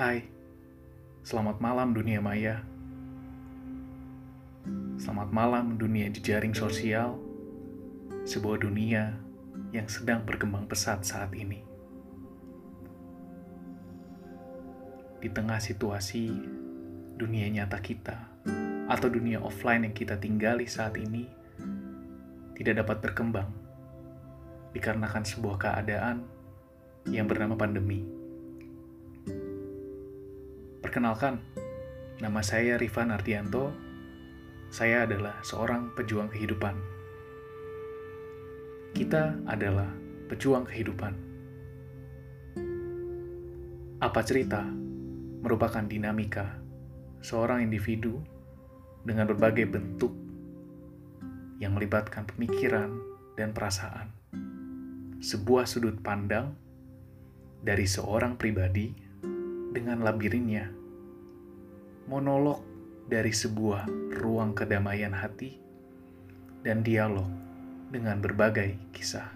Hai, selamat malam dunia maya. Selamat malam dunia jejaring sosial, sebuah dunia yang sedang berkembang pesat saat ini. Di tengah situasi dunia nyata kita atau dunia offline yang kita tinggali saat ini tidak dapat berkembang dikarenakan sebuah keadaan yang bernama pandemi. Perkenalkan, nama saya Rifan Ardianto. Saya adalah seorang pejuang kehidupan. Kita adalah pejuang kehidupan. Apa cerita merupakan dinamika seorang individu dengan berbagai bentuk yang melibatkan pemikiran dan perasaan. Sebuah sudut pandang dari seorang pribadi dengan labirinnya, monolog dari sebuah ruang kedamaian hati, dan dialog dengan berbagai kisah.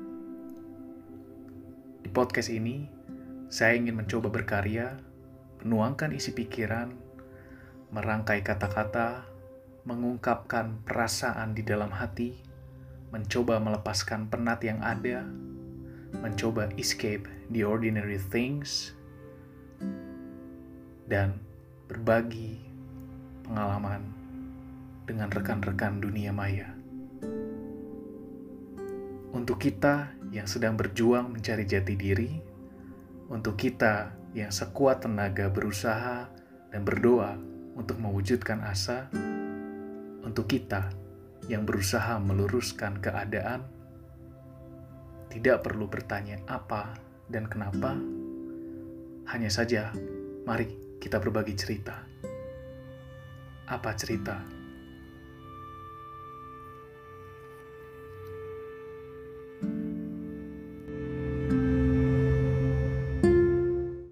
Di podcast ini, saya ingin mencoba berkarya, menuangkan isi pikiran, merangkai kata-kata, mengungkapkan perasaan di dalam hati, mencoba melepaskan penat yang ada, mencoba escape the ordinary things, dan berbagi pengalaman dengan rekan-rekan dunia maya. Untuk kita yang sedang berjuang mencari jati diri, untuk kita yang sekuat tenaga berusaha dan berdoa untuk mewujudkan asa, untuk kita yang berusaha meluruskan keadaan, tidak perlu bertanya apa dan kenapa, hanya saja mari kita berbagi cerita. Apa cerita